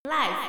Life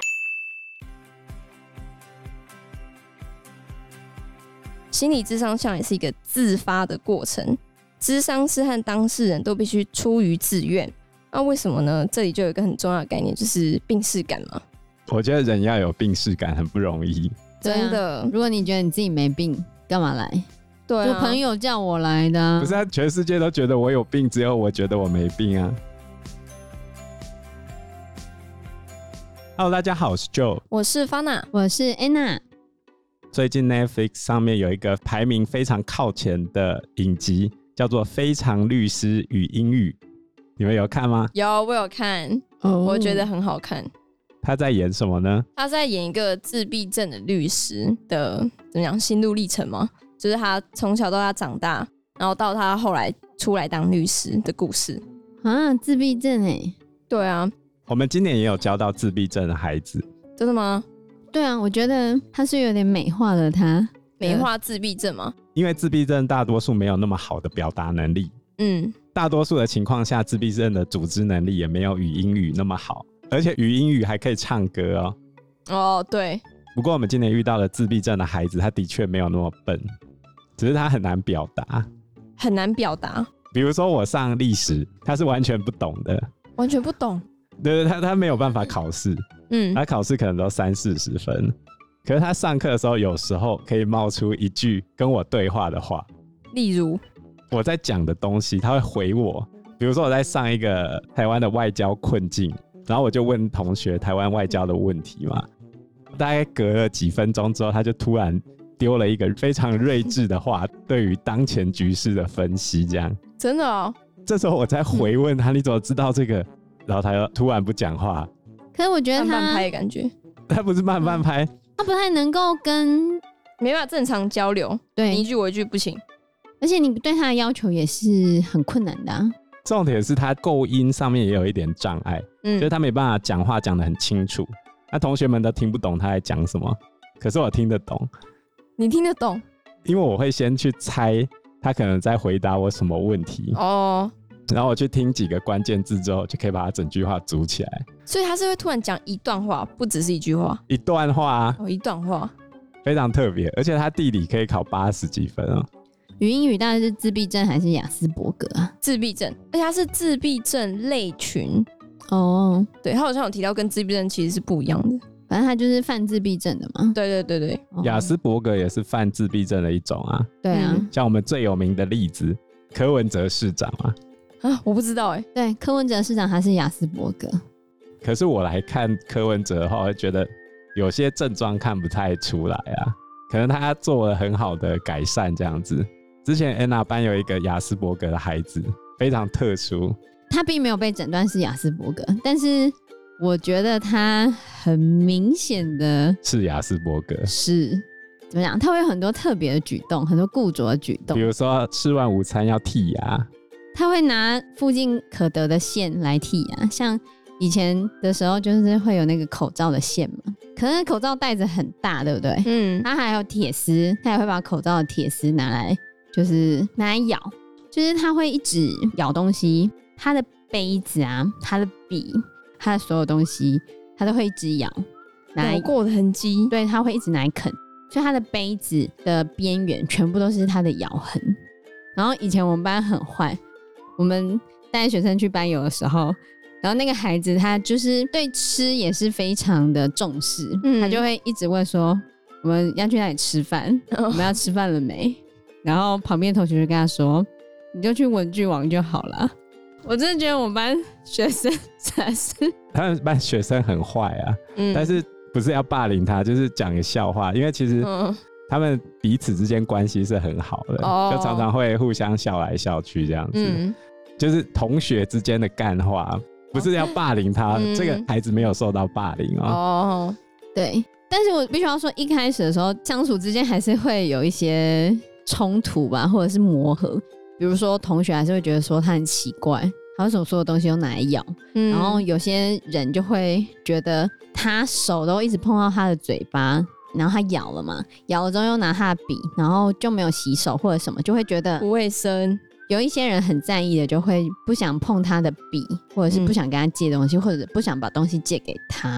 心理咨商向来是一个自发的过程，咨商师和当事人都必须出于自愿。那为什么呢？这里就有一个很重要的概念，就是病识感嘛。 我觉得人要有病识感很不容易， 真的。 如果你觉得你自己没病，干嘛来？ 对啊， 就朋友叫我来的啊。 不是啊，全世界都觉得我有病，只有我觉得我没病啊。Hello， 大家好，我是 Joe， 我是 Fana， 我是 Anna。 最近 Netflix 上面有一个排名非常靠前的影集，叫做《非常律师与英语》，你们有看吗？ 有，我有看，我觉得很好看。 他在演什么呢？ 他在演一个自闭症的律师的怎么样心路历程吗？就是他从小到大长大，然后到他后来出来当律师的故事啊。自闭症欸。 对啊， 我们今年也有教到自闭症的孩子。 真的吗？ 对啊，我觉得他是有点美化了他， 美化自闭症吗？ 因为自闭症大多数没有那么好的表达能力，大多数的情况下，自闭症的组织能力也没有语音语那么好，而且语音语还可以唱歌哦。 哦，对。 不过我们今年遇到的自闭症的孩子，他的确没有那么笨，只是他很难表达。 很难表达？ 比如说我上历史，他是完全不懂的， 完全不懂。 对，他没有办法考试，他考试可能都30-40分，可是他上课的时候有时候可以冒出一句跟我对话的话， 例如我在讲的东西他会回我。比如说我在上一个台湾的外交困境，然后我就问同学台湾外交的问题嘛，大概隔了几分钟之后，他就突然丢了一个非常睿智的话，对于当前局势的分析，这样。 真的哦。 这时候我才回问他，你怎么知道这个？然后他又突然不讲话。 可是我觉得他慢半拍的感觉， 他不是慢半拍， 他不太能够跟没办法正常交流， 对， 你一句我一句不行。 而且你对他的要求也是很困难的啊。 重点是他构音上面也有一点障碍，就是他没办法讲话讲得很清楚，那同学们都听不懂他在讲什么，可是我听得懂。 你听得懂？ 因为我会先去猜他可能在回答我什么问题哦，然后我去听几个关键字之后，就可以把他整句话组起来。 所以他是会突然讲一段话，不只是一句话。 一段话啊。 一段话， 非常特别。而且他地理可以考80几分哦。 语音语到底是自闭症还是亚斯伯格啊？ 自闭症，而且他是自闭症类群哦。 对，他好像有提到跟自闭症其实是不一样的， 反正他就是犯自闭症的嘛。 对对对对， 亚斯伯格也是犯自闭症的一种啊。 对啊， 像我们最有名的例子柯文哲市长啊。 我不知道哎。 对，柯文哲市长他是亚斯伯格。 可是我来看柯文哲的话，我会觉得有些症状看不太出来啊，可能他做了很好的改善这样子。之前 Anna 班有一个亚斯伯格的孩子，非常特殊。 他并没有被诊断是亚斯伯格，但是我觉得他很明显的是亚斯伯格。 是怎么讲？他会有很多特别的举动，很多固着的举动， 比如说吃完午餐要剔牙， 他会拿附近可得的线来剔牙，像以前的时候就是会有那个口罩的线嘛，可是口罩袋子很大，对不对？他还有铁丝，他也会把口罩的铁丝拿来咬，就是他会一直咬东西，他的杯子啊，他的笔，他的所有东西，他都会一直咬过的痕迹。 对，他会一直拿来啃，所以他的杯子的边缘全部都是他的咬痕。然后以前我们班很坏，我们带学生去班游的时候，然后那个孩子他就是对吃也是非常的重视，他就会一直问说我们要去哪里吃饭，我们要吃饭了没？然后旁边同学就跟他说你就去文具网就好了。我真的觉得我们班学生才是他们班学生很坏啊，但是不是要霸凌他，就是讲个笑话，因为其实他们彼此之间关系是很好的，就常常会互相笑来笑去这样子，就是同学之间的干话，不是要霸凌他，这个孩子没有受到霸凌哦。 对，但是我必须要说，一开始的时候相处之间还是会有一些冲突吧，或者是磨合。比如说同学还是会觉得说他很奇怪，他为什么所有东西都拿来咬，然后有些人就会觉得他手都一直碰到他的嘴巴，然后他咬了嘛，咬了之后又拿他的笔，然后就没有洗手或者什么，就会觉得不卫生。 有一些人很在意的，就会不想碰他的笔，或者是不想跟他借东西，或者不想把东西借给他。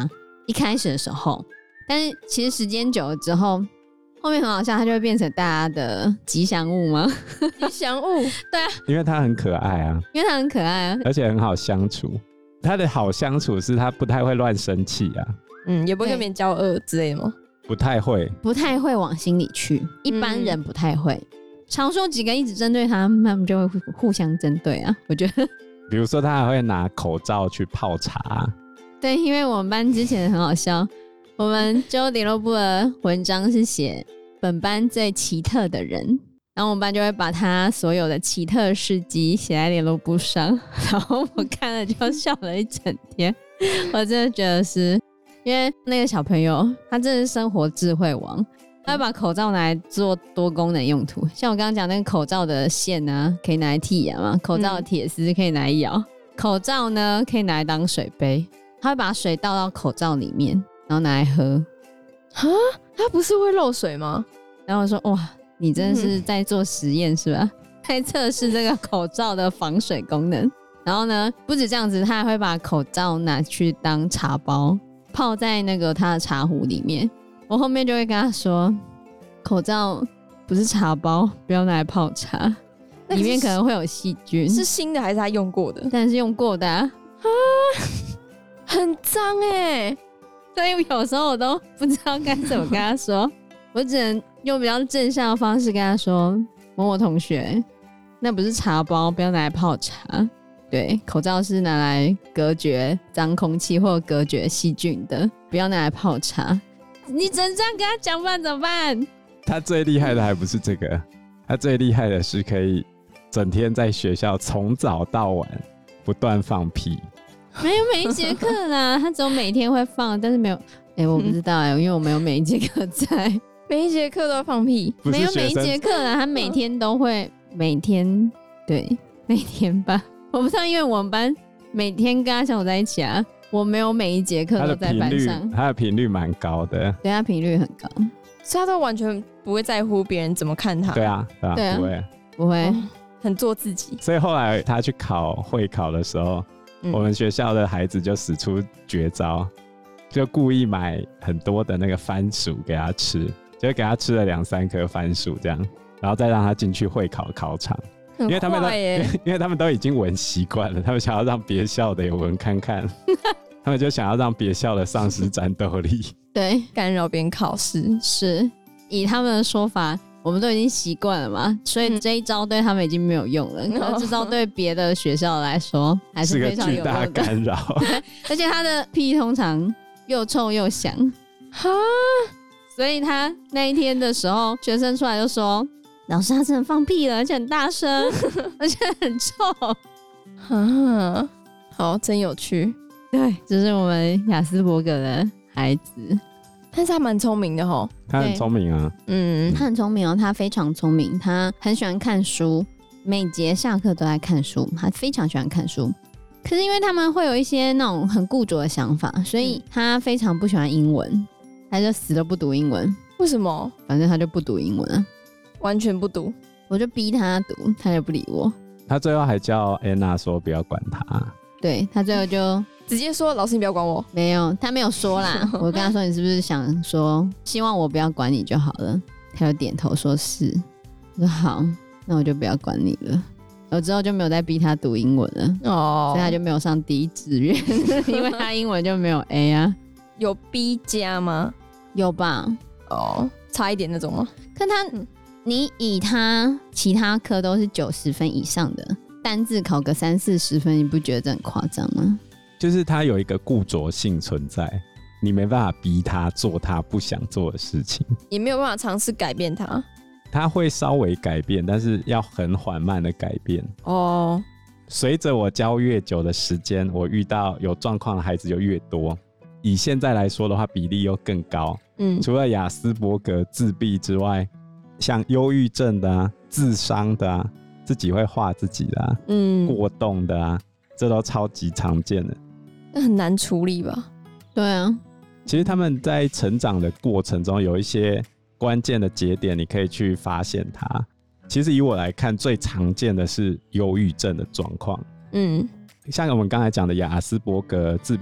一开始的时候，但是其实时间久了之后，后面很好笑，它就会变成大家的吉祥物吗？ 吉祥物， 对啊， 因为它很可爱啊， 因为它很可爱啊， 而且很好相处。它的好相处是它不太会乱生气啊， 也不会跟别人交恶之类的吗？ 不太会往心里去，一般人不太会。常说几个一直针对他们就会互相针对啊。我觉得， 比如说他还会拿口罩去泡茶。 对，因为我们班之前很好笑，我们就联络部的文章是写本班最奇特的人，然后我们班就会把他所有的奇特事迹写在联络簿上，然后我看了就笑了一整天。我真的觉得是因为那个小朋友他真的是生活智慧王，他会把口罩拿来做多功能用途，像我刚刚讲那个口罩的线啊可以拿来剔牙嘛，口罩的铁丝可以拿来咬，口罩呢可以拿来当水杯，他会把水倒到口罩里面然后拿来喝。 哈，他不是会漏水吗？ 然后我说哇，你真的是在做实验是吧？在测试这个口罩的防水功能。然后呢，不止这样子，他还会把口罩拿去当茶包，泡在那个他的茶壶里面。我后面就会跟他说，口罩不是茶包，不要拿来泡茶，里面可能会有细菌。 是新的还是他用过的？ 但是用过的啊， 很脏欸。 所以有时候我都不知道该怎么跟他说，我只能用比较正向的方式跟他说，某某同学，那不是茶包，不要拿来泡茶。对，口罩是拿来隔绝脏空气或隔绝细菌的，不要拿来泡茶。你只能这样跟他讲，不然怎么办？ 他最厉害的还不是这个，他最厉害的是可以整天在学校从早到晚不断放屁。 没有每一节课啦，他只有每天会放，但是没有，我不知道因为我没有每一节课在， 每一节课都要放屁， 没有每一节课啦，他每天都会，每天吧。我不知道，因为我们班每天跟他相处在一起啊，我没有每一节课都在班上。 他的频率蛮高的， 对，他频率很高， 所以他都完全不会在乎别人怎么看他。 对啊， 不会， 很做自己。 所以后来他去考会考的时候，我们学校的孩子就使出绝招，就故意买很多的那个番薯给他吃，就给他吃了2-3颗番薯这样，然后再让他进去会考考场。因为他们都已经闻习惯了，他们想要让别校的也闻看看，他们就想要让别校的丧失战斗力， 对， 干扰别人考试。 是以他们的说法，我们都已经习惯了嘛，所以这一招对他们已经没有用了。可是这招对别的学校来说还是非常有用的， 是个巨大干扰。 而且他的屁通常又臭又响， 哈， 所以他那一天的时候，学生出来就说。老师他真的放屁了，而且很大声，而且很臭啊！好，真有趣。 对，这是我们亚斯伯格的孩子， 但是他蛮聪明的齁。 他很聪明啊， 他很聪明哦，他非常聪明，他很喜欢看书，每节下课都在看书，他非常喜欢看书。可是因为他们会有一些那种很固着的想法，所以他非常不喜欢英文，他就死都不读英文。 为什么？ 反正他就不读英文啊。 完全不读， 我就逼他读，他就不理我。 他最后还叫安娜说不要管他。 对，他最后就直接说：“老师，你不要管我。” 没有，他没有说啦。我跟他说：“你是不是想说，希望我不要管你就好了？”他就点头说是。我说：“好，那我就不要管你了。”我之后就没有再逼他读英文了。所以他就没有上第一志愿，因为他英文就没有 A 啊。 有 B 加吗？ 有吧？ 差一点那种吗？ 看他。你以他其他科都是90分以上的，单字考个30-40分，你不觉得这很夸张吗？ 就是他有一个固着性存在，你没办法逼他做他不想做的事情， 也没有办法尝试改变他。 他会稍微改变，但是要很缓慢的改变。随着我教越久的时间，我遇到有状况的孩子就越多。以现在来说的话，比例又更高。除了亚斯伯格、自闭之外，像忧郁症的啊、自伤的啊、自己会画自己的啊、过动的啊，这都超级常见的。 那很难处理吧？ 对啊， 其实他们在成长的过程中有一些关键的节点，你可以去发现它。其实以我来看，最常见的是忧郁症的状况。像我们刚才讲的亚斯伯格、自闭症，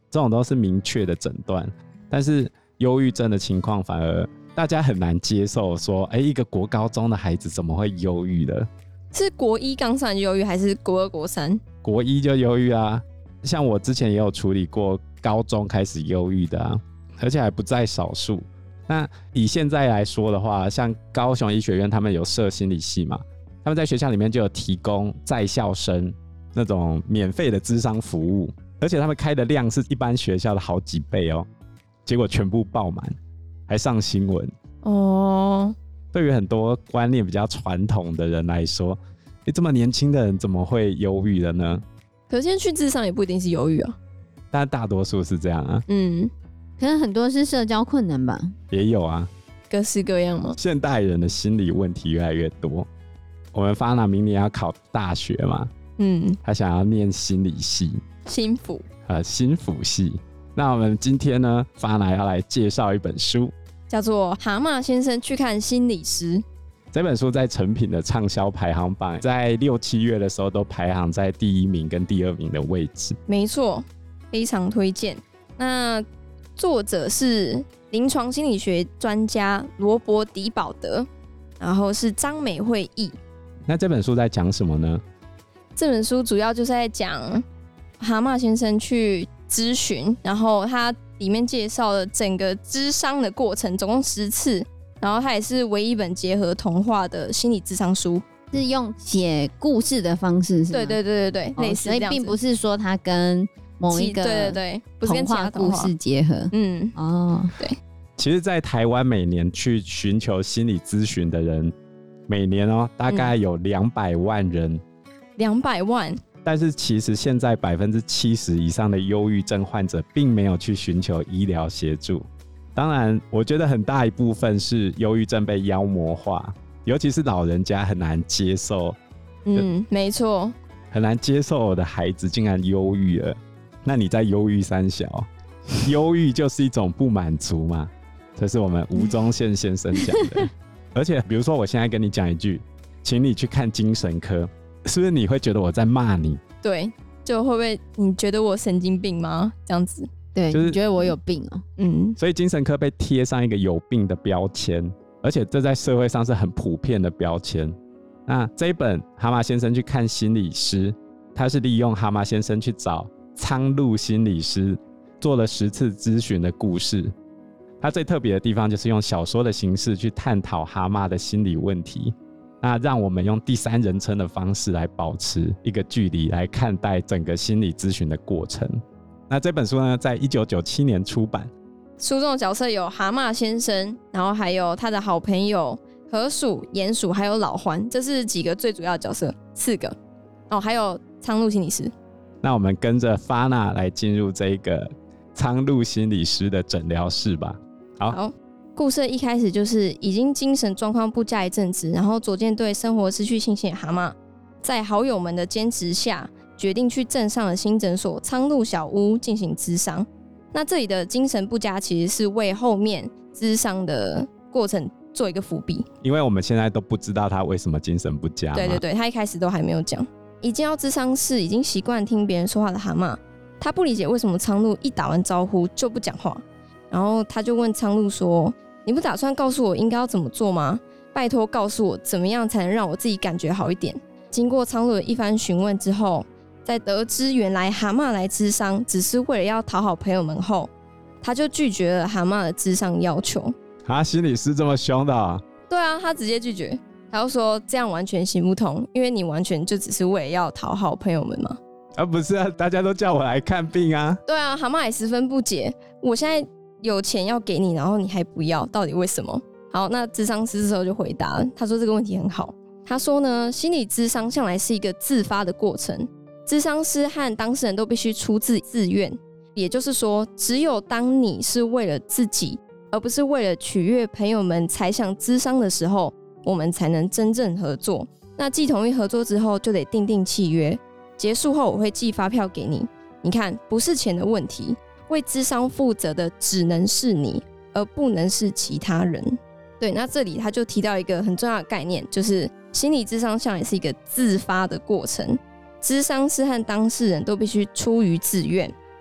这种都是明确的诊断。但是忧郁症的情况反而大家很难接受说，一个国高中的孩子怎么会忧郁的？ 是国一刚上就忧郁，还是国二、国三？ 国一就忧郁啊，像我之前也有处理过高中开始忧郁的啊，而且还不在少数。那以现在来说的话，像高雄医学院他们有设心理系嘛，他们在学校里面就有提供在校生那种免费的諮商服务，而且他们开的量是一般学校的好几倍哦，结果全部爆满，还上新闻哦。对于很多观念比较传统的人来说，这么年轻的人怎么会忧郁的呢？ 可是现在去諮商也不一定是忧郁啊， 但大多数是这样啊。 可能很多是社交困难吧， 也有啊， 各式各样吗？ 现代人的心理问题越来越多。我们Fana明年要考大学嘛，他想要念心理系， 心辅系。那我们今天呢，Fana要来介绍一本书， 叫做《蛤蟆先生去看心理师》。 这本书在诚品的畅销排行榜，在6、7月的时候都排行在第1名跟第2名的位置。 没错，非常推荐。那作者是临床心理学专家罗伯·迪保德，然后是张美惠译。 那这本书在讲什么呢？ 这本书主要就是在讲蛤蟆先生去咨询，然后他里面介绍了整个諮商的过程，总共10次，然后它也是唯一一本结合童话的心理諮商书， 是用写故事的方式是吗？ 对，类似这样子， 所以并不是说它跟某一个不是跟其他童话故事结合。 对。 其实在台湾每年去寻求心理咨询的人，每年大概有200万人。 200万。 但是其实现在70%以上的忧郁症患者并没有去寻求医疗协助。当然我觉得很大一部分是忧郁症被妖魔化，尤其是老人家很难接受。 没错， 很难接受我的孩子竟然忧郁了。那你在忧郁三小，忧郁就是一种不满足嘛，这是我们吴宗宪先生讲的。而且比如说我现在跟你讲一句，请你去看精神科，是不是你会觉得我在骂你？ 对，就会不会你觉得我神经病吗？这样子。 对，就是你觉得我有病哦。 所以精神科被贴上一个有病的标签，而且这在社会上是很普遍的标签。那这一本蛤蟆先生去看心理师，他是利用蛤蟆先生去找苍鹭心理师做了10次咨询的故事。他最特别的地方就是用小说的形式去探讨蛤蟆的心理问题，那让我们用第3人称的方式来保持一个距离来看待整个心理咨询的过程。那这本书呢，在1997年出版。 书中的角色有蛤蟆先生，然后还有他的好朋友河鼠、鼹鼠，还有老獾，这是几个最主要的角色，4个哦，还有苍鹭心理师。 那我们跟着Fana来进入这个苍鹭心理师的诊疗室吧。好， 故事一开始就是已经精神状况不佳一阵子，然后逐渐对生活失去信心的蛤蟆，在好友们的坚持下，决定去镇上的新诊所苍鹭小屋进行諮商。那这里的精神不佳其实是为后面諮商的过程做一个伏笔， 因为我们现在都不知道他为什么精神不佳。 对，他一开始都还没有讲。已经要諮商室，已经习惯听别人说话的蛤蟆，他不理解为什么苍鹭一打完招呼就不讲话，然后他就问苍鹭说：“你不打算告诉我应该要怎么做吗？拜托告诉我怎么样才能让我自己感觉好一点。”经过苍鹭的一番询问之后，在得知原来蛤蟆来諮商只是为了要讨好朋友们后，他就拒绝了蛤蟆的諮商要求。 心理师这么凶的啊？ 对啊，他直接拒绝，他就说这样完全行不通，因为你完全就只是为了要讨好朋友们嘛。 不是啊，大家都叫我来看病啊。 对啊，蛤蟆也十分不解，我现在有钱要给你，然后你还不要，到底为什么？好，那諮商师这时候就回答了，他说这个问题很好。他说呢，心理諮商向来是一个自发的过程，諮商师和当事人都必须出自自愿，也就是说，只有当你是为了自己，而不是为了取悦朋友们才想諮商的时候，我们才能真正合作。那既同意合作之后，就得订定契约，结束后我会寄发票给你。你看，不是钱的问题，为諮商负责的只能是你，而不能是其他人。对，那这里他就提到一个很重要的概念，就是心理諮商向来是一个自发的过程，諮商师和当事人都必须出于自愿，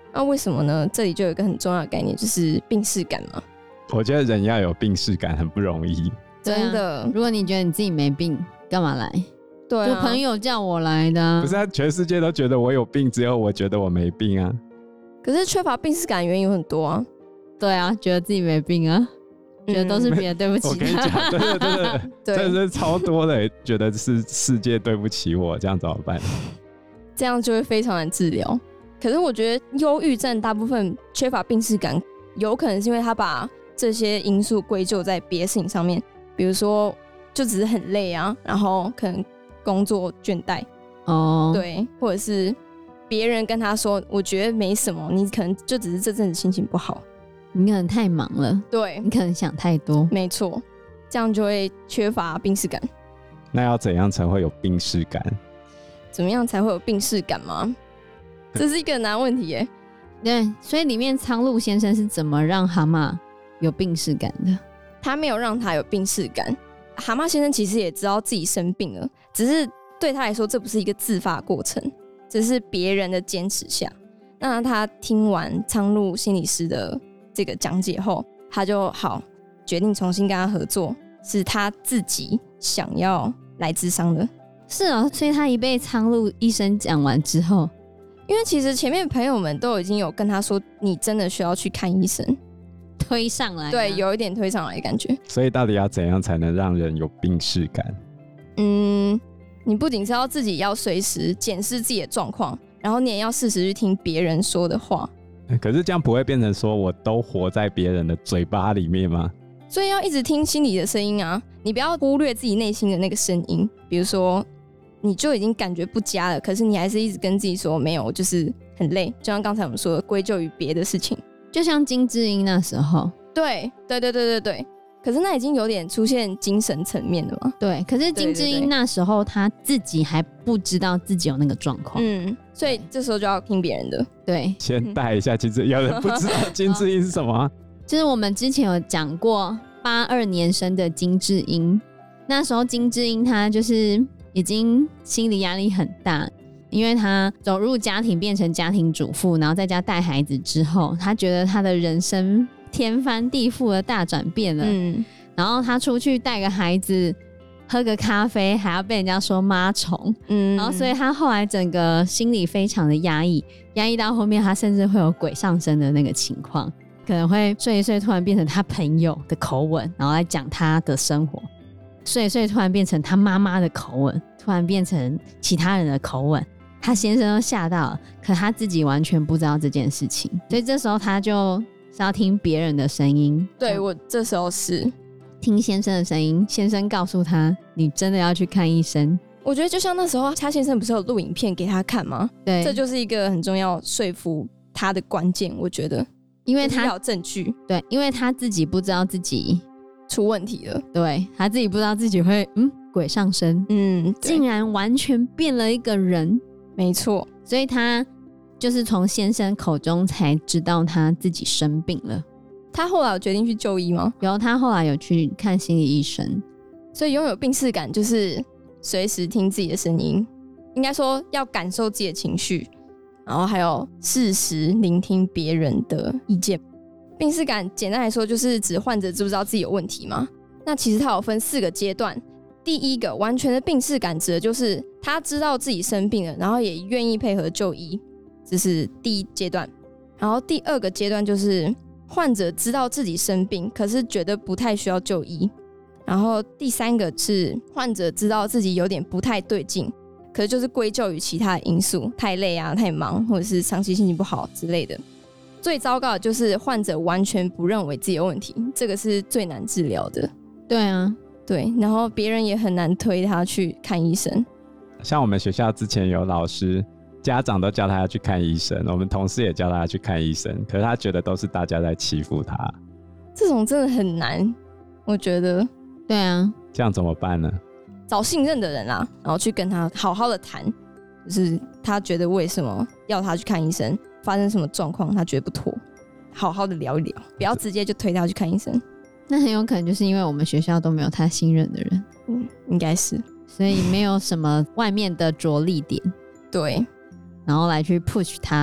那为什么呢？这里就有一个很重要的概念，就是病识感嘛。 我觉得人要有病识感很不容易， 真的。 如果你觉得你自己没病，干嘛来？ 对啊， 就朋友叫我来的啊。 不是啊，全世界都觉得我有病，只有我觉得我没病啊。 可是缺乏病识感的原因有很多啊。 对啊，觉得自己没病啊，觉得都是别人对不起他。 我跟你讲，对，真的是超多的，觉得是世界对不起我，这样怎么办？ 这样就会非常难治疗。可是我觉得忧郁症大部分缺乏病识感，有可能是因为他把这些因素归咎在别的事情上面，比如说就只是很累啊，然后可能工作倦怠哦， 对，或者是别人跟他说我觉得没什么，你可能就只是这阵子心情不好， 你可能太忙了， 对， 你可能想太多， 没错，这样就会缺乏病识感。 那要怎样才会有病识感？ 怎么样才会有病识感吗？这是一个难问题耶。 对，所以里面苍鹭先生是怎么让蛤蟆有病识感的？ 他没有让他有病识感。蛤蟆先生其实也知道自己生病了，只是对他来说这不是一个自发过程，这是别人的坚持下。那他听完苍鹭心理师的这个讲解后，他就好决定重新跟他合作，是他自己想要来諮商的。 是哦，所以他一被苍鹭医生讲完之后， 因为其实前面朋友们都已经有跟他说，你真的需要去看医生， 推上来， 对，有一点推上来的感觉。 所以到底要怎样才能让人有病识感？ 你不仅是要自己要随时检视自己的状况，然后你也要适时去听别人说的话。 可是这样不会变成说我都活在别人的嘴巴里面吗？ 所以要一直听心里的声音啊，你不要忽略自己内心的那个声音。比如说你就已经感觉不佳了，可是你还是一直跟自己说没有，我就是很累，就像刚才我们说的，归咎于别的事情。 就像金智英那时候， 对，可是那已经有点出现精神层面了嘛。 对，可是金智英那时候她自己还不知道自己有那个状况， 所以这时候就要听别人的。 对， 先带一下金智英，有人不知道金智英是什么？ 就是我们之前有讲过82年生的金智英，那时候金智英她就是已经心理压力很大，因为她走入家庭变成家庭主妇，然后在家带孩子之后，她觉得她的人生天翻地覆的大转变了。然后她出去带个孩子喝个咖啡还要被人家说妈虫，然后所以她后来整个心理非常的压抑到后面她甚至会有鬼上身的那个情况，可能会睡一睡突然变成她朋友的口吻，然后来讲她的生活，睡一睡突然变成她妈妈的口吻，突然变成其他人的口吻，她先生都吓到了，可她自己完全不知道这件事情，所以这时候她就是要听别人的声音。 对，我这时候是听先生的声音，先生告诉他你真的要去看医生。 我觉得就像那时候他先生不是有录影片给他看吗？ 对， 这就是一个很重要说服他的关键，我觉得， 因为他要有证据。 对，因为他自己不知道自己出问题了， 对，他自己不知道自己会鬼上身，竟然完全变了一个人。 没错， 所以他就是从先生口中才知道他自己生病了。 他后来有决定去就医吗？ 有，他后来有去看心理医生。 所以拥有病识感就是随时听自己的声音，应该说要感受自己的情绪，然后还有适时聆听别人的意见。病识感简单来说就是指患者知不知道自己有问题吗？那其实它有分4个阶段。第一个完全的病识感指的就是他知道自己生病了，然后也愿意配合就医，这是第一阶段。然后第2个阶段就是患者知道自己生病，可是觉得不太需要就医。然后第3个是患者知道自己有点不太对劲，可是就是归咎于其他的因素，太累啊、太忙，或者是长期心情不好之类的。最糟糕的就是患者完全不认为自己有问题，这个是最难治疗的。 对啊， 对，然后别人也很难推他去看医生。 像我们学校之前有老师，家长都叫他要去看医生，我们同事也叫他去看医生，可是他觉得都是大家在欺负他。 这种真的很难，我觉得。 对啊， 这样怎么办呢？ 找信任的人啦，然后去跟他好好的谈，就是他觉得为什么要他去看医生，发生什么状况他觉得不妥，好好的聊一聊，不要直接就推他去看医生。 那很有可能就是因为我们学校都没有他信任的人， 应该是， 所以没有什么外面的着力点， 对， 然后来去 push 他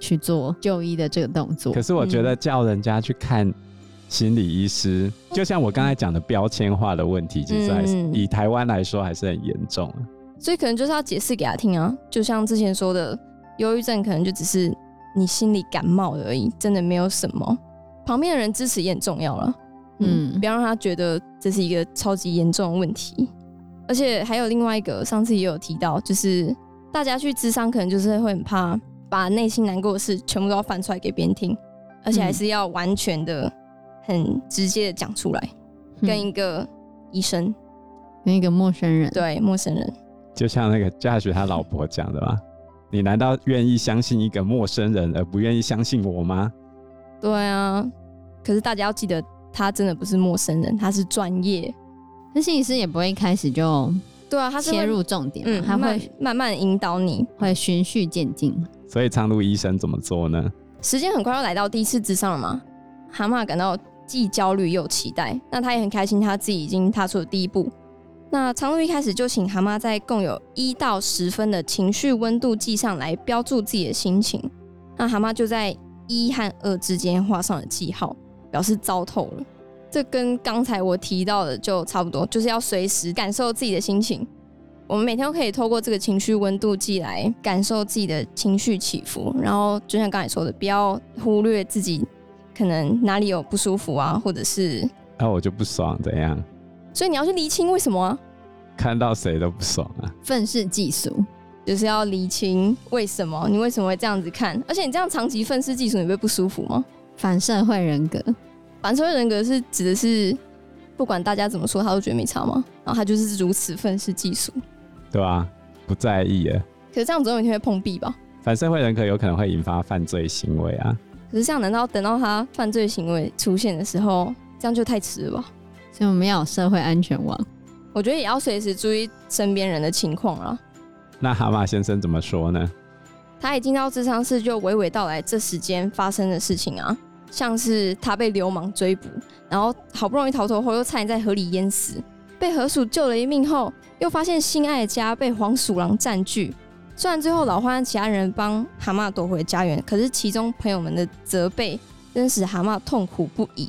去做就医的这个动作。 可是我觉得叫人家去看心理医师，就像我刚才讲的标签化的问题，其实还是以台湾来说还是很严重啊。 所以可能就是要解释给他听啊，就像之前说的，忧郁症可能就只是你心里感冒而已，真的没有什么。旁边的人支持也很重要了，不要让他觉得这是一个超级严重的问题。而且还有另外一个，上次也有提到，就是大家去諮商可能就是会很怕把内心难过的事全部都要翻出来给别人听，而且还是要完全的很直接的讲出来，跟一个医生， 跟一个陌生人， 对，陌生人。 就像那个Josh他老婆讲的嘛，你难道愿意相信一个陌生人而不愿意相信我吗？ 对啊，可是大家要记得他真的不是陌生人，他是专业。 那心理师也不会一开始就对啊，他是切入重点，他会慢慢引导你， 会循序渐进。 所以苍鹭医生怎么做呢？ 时间很快要来到第一次諮商了嘛，蛤蟆感到既焦虑又期待，那他也很开心他自己已经踏出了第一步。那苍鹭一开始就请蛤蟆在共有1到10分的情绪温度计上来标注自己的心情，那蛤蟆就在1和2之间画上了记号，表示糟透了。这跟刚才我提到的就差不多，就是要随时感受自己的心情。我们每天都可以透过这个情绪温度计来感受自己的情绪起伏，然后就像刚才说的，不要忽略自己可能哪里有不舒服啊，或者是我就不爽怎样， 所以你要去厘清为什么啊， 看到谁都不爽啊， 愤世嫉俗， 就是要厘清为什么你为什么会这样子看，而且你这样长期愤世嫉俗，你会不舒服吗？ 反社会人格， 反社会人格是指的是不管大家怎么说他都觉得没差吗？然后他就是如此愤世嫉俗， 对吧？不在意耶。 可是这样总有一天会碰壁吧？ 反社会人格有可能会引发犯罪行为啊。 可是这样难道等到他犯罪行为出现的时候，这样就太迟了吧？ 所以我们要有社会安全网。 我觉得也要随时注意身边人的情况啦。 那蛤蟆先生怎么说呢？ 他一进到諮商室就娓娓道来这时间发生的事情啊，像是他被流氓追捕，然后好不容易逃脱后又差点在河里淹死，被河鼠救了一命后，又发现心爱的家被黄鼠狼占据。虽然最后老獾和其他人帮蛤蟆夺回家园，可是其中朋友们的责备真使蛤蟆痛苦不已。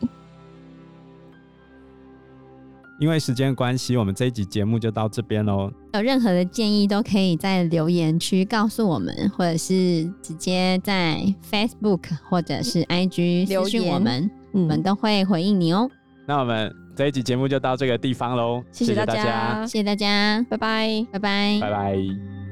因为时间关系，我们这一集节目就到这边咯。 有任何的建议都可以在留言区告诉我们，或者是直接在 Facebook 或者是 IG 私讯我们，我们都会回应你哦。 那我们这一集节目就到这个地方咯， 谢谢大家， 谢谢大家， 拜拜， 拜拜， 拜拜。